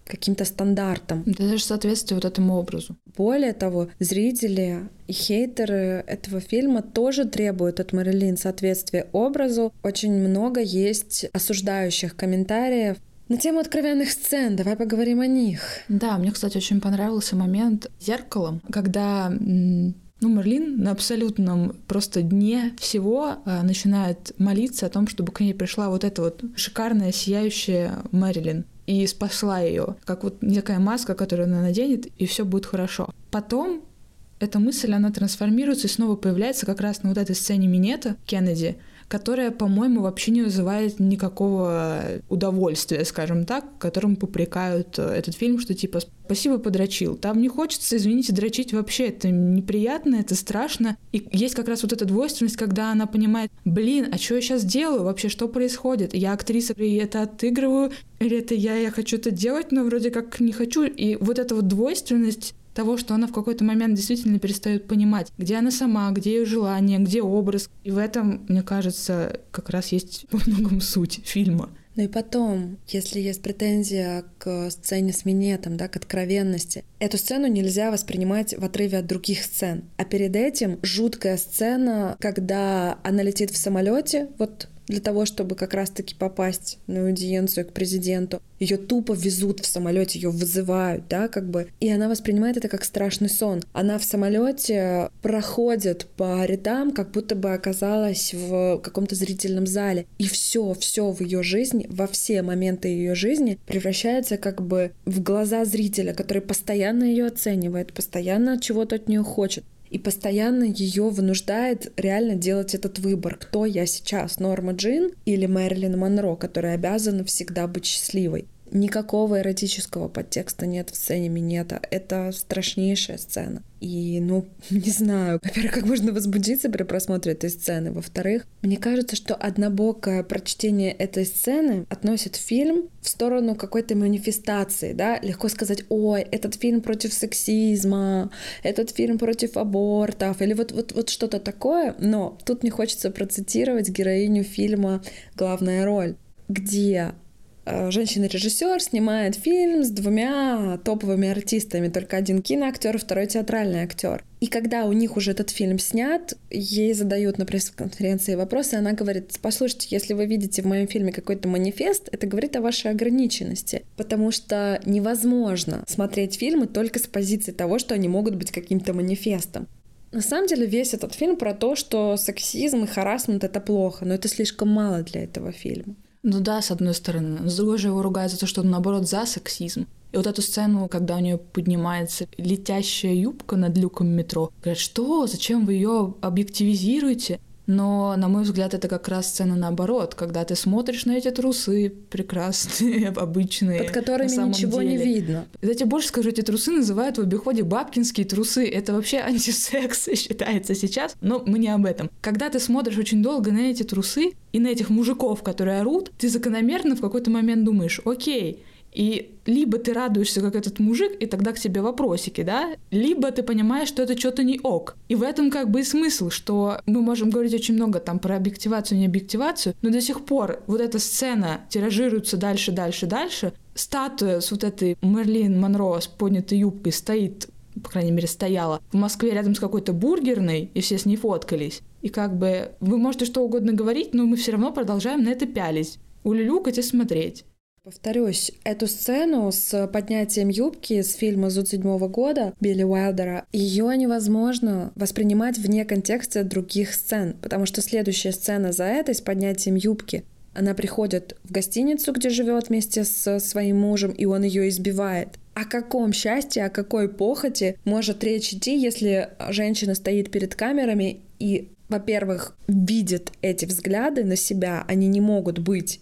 каким-то стандартам. Это даже соответствует вот этому образу. Более того, зрители и хейтеры этого фильма тоже требуют от Мэрилин соответствия образу. Очень много есть осуждающих комментариев на тему откровенных сцен. Давай поговорим о них. Да, мне, кстати, очень понравился момент с зеркалом, когда... Ну, Мэрилин на абсолютном просто дне всего а, начинает молиться о том, чтобы к ней пришла вот эта вот шикарная, сияющая Мэрилин и спасла ее, как вот некая маска, которую она наденет, и все будет хорошо. Потом эта мысль, она трансформируется и снова появляется как раз на вот этой сцене минета Кеннеди, которая, по-моему, вообще не вызывает никакого удовольствия, скажем так, которым попрекают этот фильм, что типа «спасибо, подрочил». Там не хочется, извините, дрочить вообще. Это неприятно, это страшно. И есть как раз вот эта двойственность, когда она понимает: блин, а что я сейчас делаю? Вообще, что происходит? Я актриса, и это отыгрываю? Или это я, я хочу это делать, но вроде как не хочу? И вот эта вот двойственность того, что она в какой-то момент действительно перестает понимать, где она сама, где ее желание, где образ. И в этом, мне кажется, как раз есть во многом суть фильма. Ну и потом, если есть претензия к сцене с минетом, да, к откровенности, эту сцену нельзя воспринимать в отрыве от других сцен. А перед этим жуткая сцена, когда она летит в самолете, вот для того, чтобы как раз-таки попасть на аудиенцию к президенту. Ее тупо везут в самолете, ее вызывают, да, как бы. И она воспринимает это как страшный сон. Она в самолете проходит по рядам, как будто бы оказалась в каком-то зрительном зале. И все, все в ее жизни, во все моменты ее жизни превращается как бы в глаза зрителя, который постоянно ее оценивает, постоянно чего-то от нее хочет. И постоянно ее вынуждает реально делать этот выбор. Кто я сейчас, Норма Джин или Мэрилин Монро, которая обязана всегда быть счастливой. Никакого эротического подтекста нет в сцене минета. Это страшнейшая сцена. И, ну, не знаю, во-первых, как можно возбудиться при просмотре этой сцены. Во-вторых, мне кажется, что однобокое прочтение этой сцены относит фильм в сторону какой-то манифестации, да? Легко сказать: ой, этот фильм против сексизма, этот фильм против абортов, или вот, вот, вот что-то такое. Но тут мне хочется процитировать героиню фильма «Главная роль», где женщина-режиссер снимает фильм с двумя топовыми артистами. Только один киноактер, второй театральный актер. И когда у них уже этот фильм снят, ей задают на пресс-конференции вопросы, и она говорит: послушайте, если вы видите в моем фильме какой-то манифест, это говорит о вашей ограниченности. Потому что невозможно смотреть фильмы только с позиции того, что они могут быть каким-то манифестом. На самом деле весь этот фильм про то, что сексизм и харассмент — это плохо, но это слишком мало для этого фильма. Ну да, с одной стороны. С другой же его ругают за то, что он, наоборот, за сексизм. И вот эту сцену, когда у нее поднимается летящая юбка над люком метро, говорят: что? Зачем вы ее объективизируете? Но, на мой взгляд, это как раз сцена наоборот, когда ты смотришь на эти трусы прекрасные, обычные, под которыми ничего деле. не видно. Я тебе больше скажу, эти трусы называют в обиходе бабкинские трусы. Это вообще антисекс считается сейчас, но мы не об этом. Когда ты смотришь очень долго на эти трусы и на этих мужиков, которые орут, ты закономерно в какой-то момент думаешь: окей, и либо ты радуешься, как этот мужик, и тогда к тебе вопросики, да? Либо ты понимаешь, что это что-то не ок. И в этом как бы и смысл, что мы можем говорить очень много там про объективацию, не объективацию, но до сих пор вот эта сцена тиражируется дальше, дальше, дальше. Статуя с вот этой Мэрилин Монро с поднятой юбкой стоит, по крайней мере, стояла в Москве рядом с какой-то бургерной, и все с ней фоткались. И как бы вы можете что угодно говорить, но мы все равно продолжаем на это пялись, улюлюкать и смотреть. Повторюсь, эту сцену с поднятием юбки с фильма «Зуд» седьмого года Билли Уайлдера, ее невозможно воспринимать вне контекста других сцен, потому что следующая сцена за этой с поднятием юбки, она приходит в гостиницу, где живет вместе со своим мужем, и он ее избивает. О каком счастье, о какой похоти может речь идти, если женщина стоит перед камерами и, во-первых, видит эти взгляды на себя, они не могут быть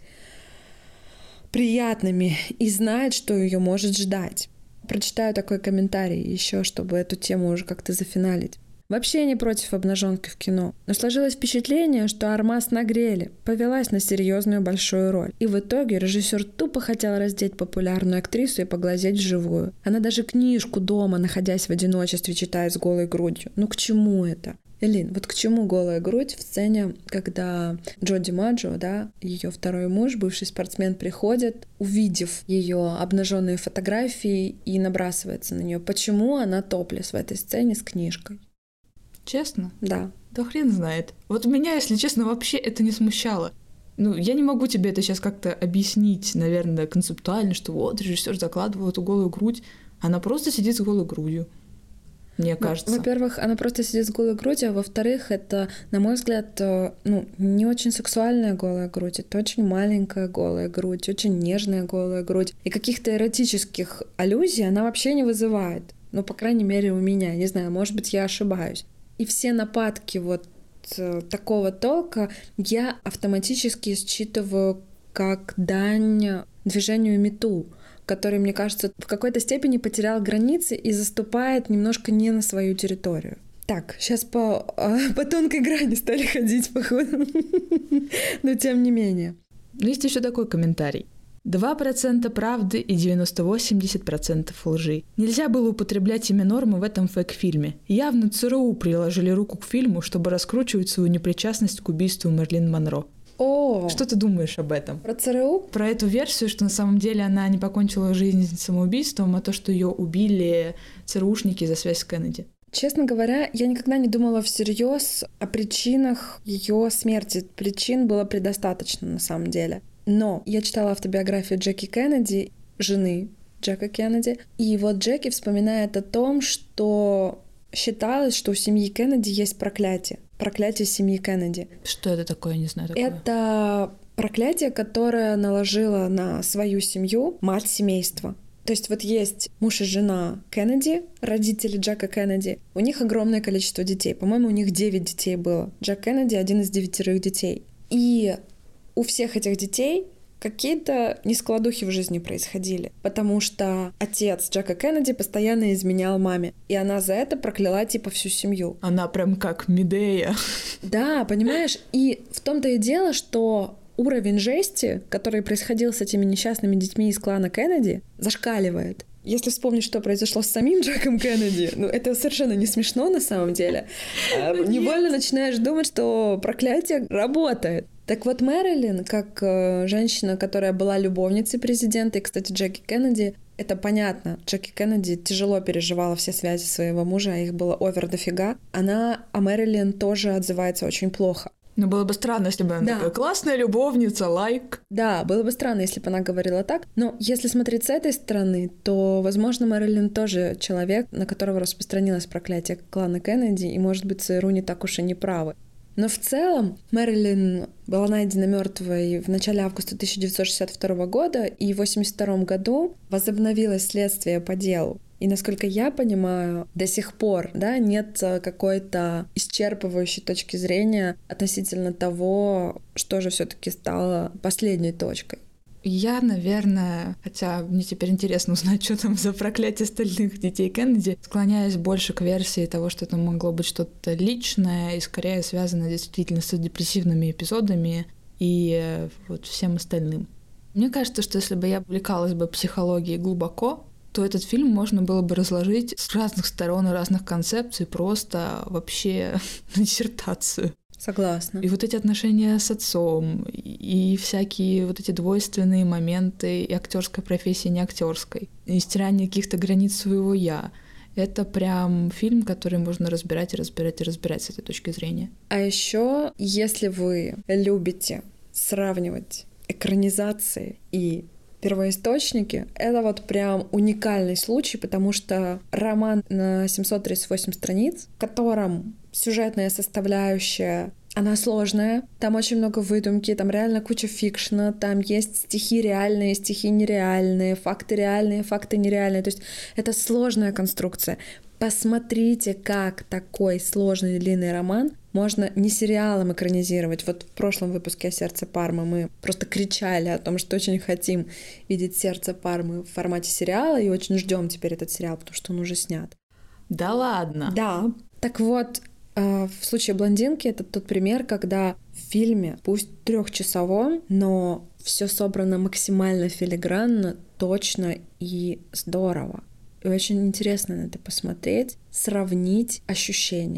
приятными, и знает, что ее может ждать. Прочитаю такой комментарий еще, чтобы эту тему уже как-то зафиналить. Вообще не против обнаженки в кино, но сложилось впечатление, что Армас нагрели, повелась на серьезную большую роль. И в итоге режиссер тупо хотел раздеть популярную актрису и поглазеть вживую. Она даже книжку дома, находясь в одиночестве, читает с голой грудью. Ну к чему это? Элин, вот к чему голая грудь в сцене, когда Джоди Маджо, да, ее второй муж, бывший спортсмен, приходит, увидев ее обнаженные фотографии и набрасывается на нее. Почему она топлес в этой сцене с книжкой? Честно? Да. Да хрен знает. Вот меня, если честно, вообще это не смущало. Ну, я не могу тебе это сейчас как-то объяснить, наверное, концептуально, что вот режиссер закладывал эту голую грудь. Она просто сидит с голой грудью. Мне кажется. Ну, во-первых, она просто сидит с голой грудью, а во-вторых, это, на мой взгляд, ну, не очень сексуальная голая грудь, это очень маленькая голая грудь, очень нежная голая грудь. И каких-то эротических аллюзий она вообще не вызывает. Ну, по крайней мере, у меня. Не знаю, может быть, я ошибаюсь. И все нападки вот такого толка я автоматически считываю как дань движению мету, который, мне кажется, в какой-то степени потерял границы и заступает немножко не на свою территорию. Так, сейчас по, по тонкой грани стали ходить, походу. Но тем не менее. Есть еще такой комментарий. два процента правды и девяносто восемь процентов лжи. Нельзя было употреблять имя Нормы в этом фэк-фильме. Явно ЦРУ приложили руку к фильму, чтобы раскручивать свою непричастность к убийству Мэрилин Монро. О, что ты думаешь об этом? Про ЦРУ? Про эту версию, что на самом деле она не покончила жизнь самоубийством, а то, что ее убили ЦРУшники за связь с Кеннеди. Честно говоря, я никогда не думала всерьез о причинах ее смерти. Причин было предостаточно на самом деле. Но я читала автобиографию Джеки Кеннеди, жены Джека Кеннеди, и вот Джеки вспоминает о том, что считалось, что у семьи Кеннеди есть проклятие. Проклятие семьи Кеннеди. Что это такое? Не знаю такое. Это проклятие, которое наложила на свою семью мать семейства. То есть вот есть муж и жена Кеннеди, родители Джека Кеннеди. У них огромное количество детей. По-моему, у них девять детей было. Джек Кеннеди — один из девятерых детей. И у всех этих детей какие-то нескладухи в жизни происходили, потому что отец Джека Кеннеди постоянно изменял маме, и она за это прокляла типа всю семью. Она прям как Медея. Да, понимаешь? И в том-то и дело, что уровень жести, который происходил с этими несчастными детьми из клана Кеннеди, зашкаливает. Если вспомнить, что произошло с самим Джеком Кеннеди, ну это совершенно не смешно на самом деле. Невольно начинаешь думать, что проклятие работает. Так вот, Мэрилин, как э, женщина, которая была любовницей президента, и, кстати, Джеки Кеннеди, это понятно, Джеки Кеннеди тяжело переживала все связи своего мужа, а их было овер дофига, она о Мэрилин тоже отзывается очень плохо. Ну, было бы странно, если бы она да. такая классная любовница, лайк. Да, было бы странно, если бы она говорила так. Но если смотреть с этой стороны, то, возможно, Мэрилин тоже человек, на которого распространилось проклятие клана Кеннеди, и, может быть, ЦРУ не так уж и не правы. Но в целом Мэрилин была найдена мертвой в начале августа тысяча девятьсот шестьдесят второго года, и в восемьдесят втором году возобновилось следствие по делу. И, насколько я понимаю, до сих пор, да, нет какой-то исчерпывающей точки зрения относительно того, что же все-таки стало последней точкой. Я, наверное, хотя мне теперь интересно узнать, что там за проклятие остальных детей Кеннеди, склоняюсь больше к версии того, что это могло быть что-то личное и скорее связано действительно с депрессивными эпизодами и вот всем остальным. Мне кажется, что если бы я увлекалась бы психологией глубоко, то этот фильм можно было бы разложить с разных сторон и разных концепций просто вообще на диссертацию. Согласна. И вот эти отношения с отцом, и всякие вот эти двойственные моменты и актерской профессии, не актерской, и стирание каких-то границ своего «я». Это прям фильм, который можно разбирать и разбирать и разбирать с этой точки зрения. А еще, если вы любите сравнивать экранизации и первоисточники, это вот прям уникальный случай, потому что роман на семьсот тридцать восемь страниц, в котором сюжетная составляющая, она сложная, там очень много выдумки, там реально куча фикшена, там есть стихи реальные, стихи нереальные, факты реальные, факты нереальные, то есть это сложная конструкция. Посмотрите, как такой сложный длинный роман можно не сериалом экранизировать. Вот в прошлом выпуске о «Сердце Пармы» мы просто кричали о том, что очень хотим видеть «Сердце Пармы» в формате сериала и очень ждем теперь этот сериал, потому что он уже снят. Да ладно? Да. Так вот, в случае «Блондинки» это тот пример, когда в фильме, пусть трехчасовом, но все собрано максимально филигранно, точно и здорово. И очень интересно на это посмотреть, сравнить ощущения.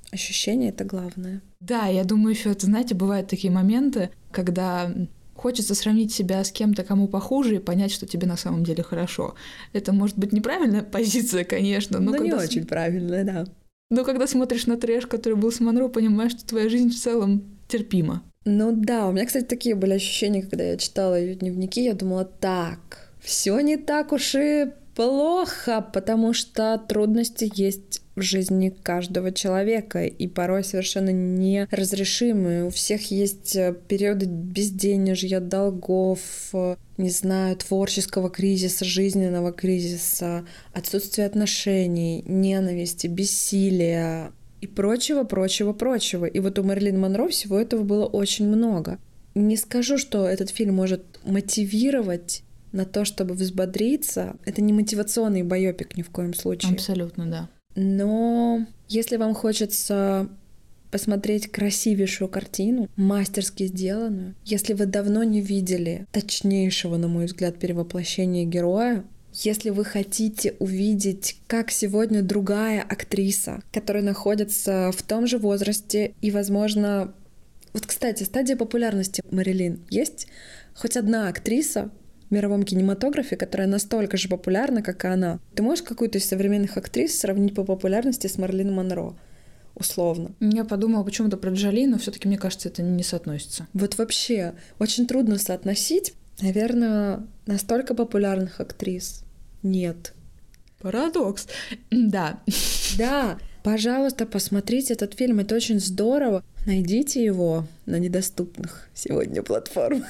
Ощущение — это главное. Да, я думаю, еще это, знаете, бывают такие моменты, когда хочется сравнить себя с кем-то, кому похуже, и понять, что тебе на самом деле хорошо. Это может быть неправильная позиция, конечно, но, но когда не очень см... правильная, да. Но когда смотришь на трэш, который был с Монро, понимаешь, что твоя жизнь в целом терпима. Ну да, у меня, кстати, такие были ощущения, когда я читала ее дневники, я думала, так, все не так уж и плохо, потому что трудности есть в жизни каждого человека, и порой совершенно неразрешимые. У всех есть периоды безденежья, долгов, не знаю, творческого кризиса, жизненного кризиса, отсутствия отношений, ненависти, бессилия и прочего, прочего, прочего. И вот у Мэрилин Монро всего этого было очень много. Не скажу, что этот фильм может мотивировать на то, чтобы взбодриться. Это не мотивационный байопик ни в коем случае. Абсолютно, да. Но если вам хочется посмотреть красивейшую картину, мастерски сделанную, если вы давно не видели точнейшего, на мой взгляд, перевоплощения героя, если вы хотите увидеть, как сегодня другая актриса, которая находится в том же возрасте и, возможно... Вот, кстати, стадия популярности Мэрилин. Есть хоть одна актриса в мировом кинематографе, которая настолько же популярна, как и она? Ты можешь какую-то из современных актрис сравнить по популярности с Мэрилин Монро? Условно. Я подумала почему-то про Джоли, но все-таки мне кажется, это не соотносится. Вот вообще очень трудно соотносить. Наверное, настолько популярных актрис нет. Парадокс. Да. Да. Пожалуйста, посмотрите этот фильм, это очень здорово. Найдите его на недоступных сегодня платформах.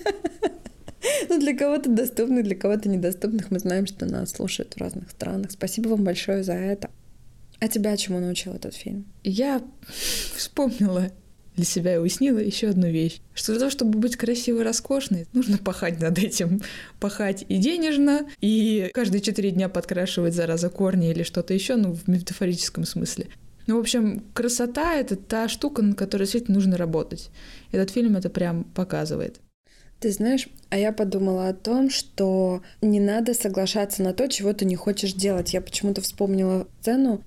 Ну, для кого-то доступных, для кого-то недоступных. Мы знаем, что нас слушают в разных странах. Спасибо вам большое за это. А тебя чему научил этот фильм? Я вспомнила для себя и уяснила еще одну вещь. Что для того, чтобы быть красивой и роскошной, нужно пахать над этим. Пахать и денежно, и каждые четыре дня подкрашивать, зараза, корни или что-то еще, ну, в метафорическом смысле. Ну, в общем, красота — это та штука, над которой действительно нужно работать. Этот фильм это прям показывает. Ты знаешь, а я подумала о том, что не надо соглашаться на то, чего ты не хочешь делать. Я почему-то вспомнила сцену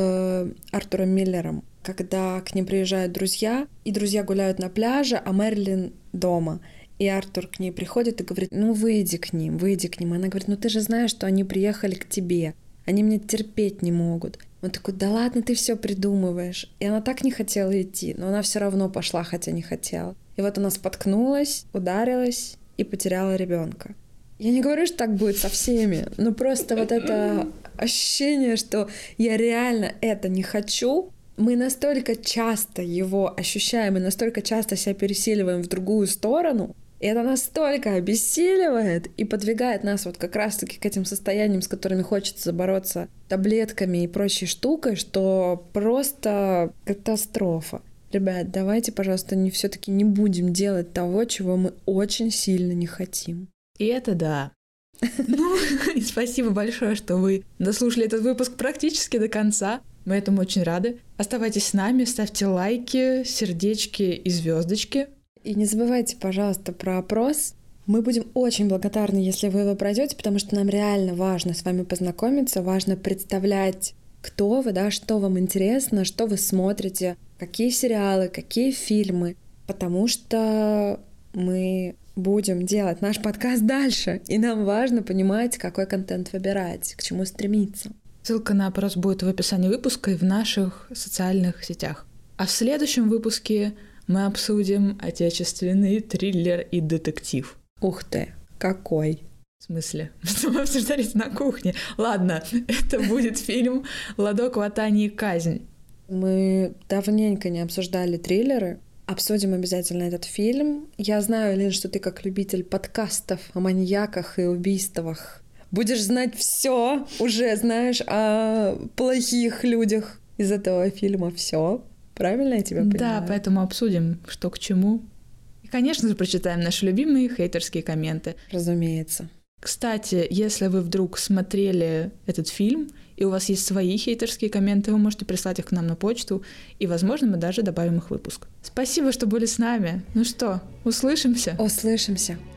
с Артуром Миллером, когда к ним приезжают друзья, и друзья гуляют на пляже, а Мэрилин дома. И Артур к ней приходит и говорит: ну выйди к ним, выйди к ним. И она говорит: ну ты же знаешь, что они приехали к тебе, они меня терпеть не могут. Он такой: да ладно, ты все придумываешь. И она так не хотела идти, но она все равно пошла, хотя не хотела. И вот она споткнулась, ударилась и потеряла ребенка. Я не говорю, что так будет со всеми, но просто вот это ощущение, что я реально это не хочу, мы настолько часто его ощущаем и настолько часто себя пересиливаем в другую сторону, и это настолько обессиливает и подвигает нас вот как раз-таки к этим состояниям, с которыми хочется бороться таблетками и прочей штукой, что просто катастрофа. Ребят, давайте, пожалуйста, не все-таки не будем делать того, чего мы очень сильно не хотим. И это да. Ну, и спасибо большое, что вы дослушали этот выпуск практически до конца. Мы этому очень рады. Оставайтесь с нами, ставьте лайки, сердечки и звездочки. И не забывайте, пожалуйста, про опрос. Мы будем очень благодарны, если вы его пройдете, потому что нам реально важно с вами познакомиться, важно представлять, кто вы, да, что вам интересно, что вы смотрите, какие сериалы, какие фильмы, потому что мы будем делать наш подкаст дальше, и нам важно понимать, какой контент выбирать, к чему стремиться. Ссылка на опрос будет в описании выпуска и в наших социальных сетях. А в следующем выпуске мы обсудим отечественный триллер и детектив. Ух ты, какой! В смысле? Что мы обсуждали на кухне? Ладно, это будет фильм «Ладо Хватание и казнь». Мы давненько не обсуждали триллеры. Обсудим обязательно этот фильм. Я знаю, Лин, что ты как любитель подкастов о маньяках и убийствах будешь знать все, уже знаешь о плохих людях из этого фильма все. Правильно я тебя понимаю? Да, поэтому обсудим, что к чему. И, конечно же, прочитаем наши любимые хейтерские комменты. Разумеется. Кстати, если вы вдруг смотрели этот фильм, и у вас есть свои хейтерские комменты, вы можете прислать их к нам на почту, и, возможно, мы даже добавим их в выпуск. Спасибо, что были с нами. Ну что, услышимся? Услышимся.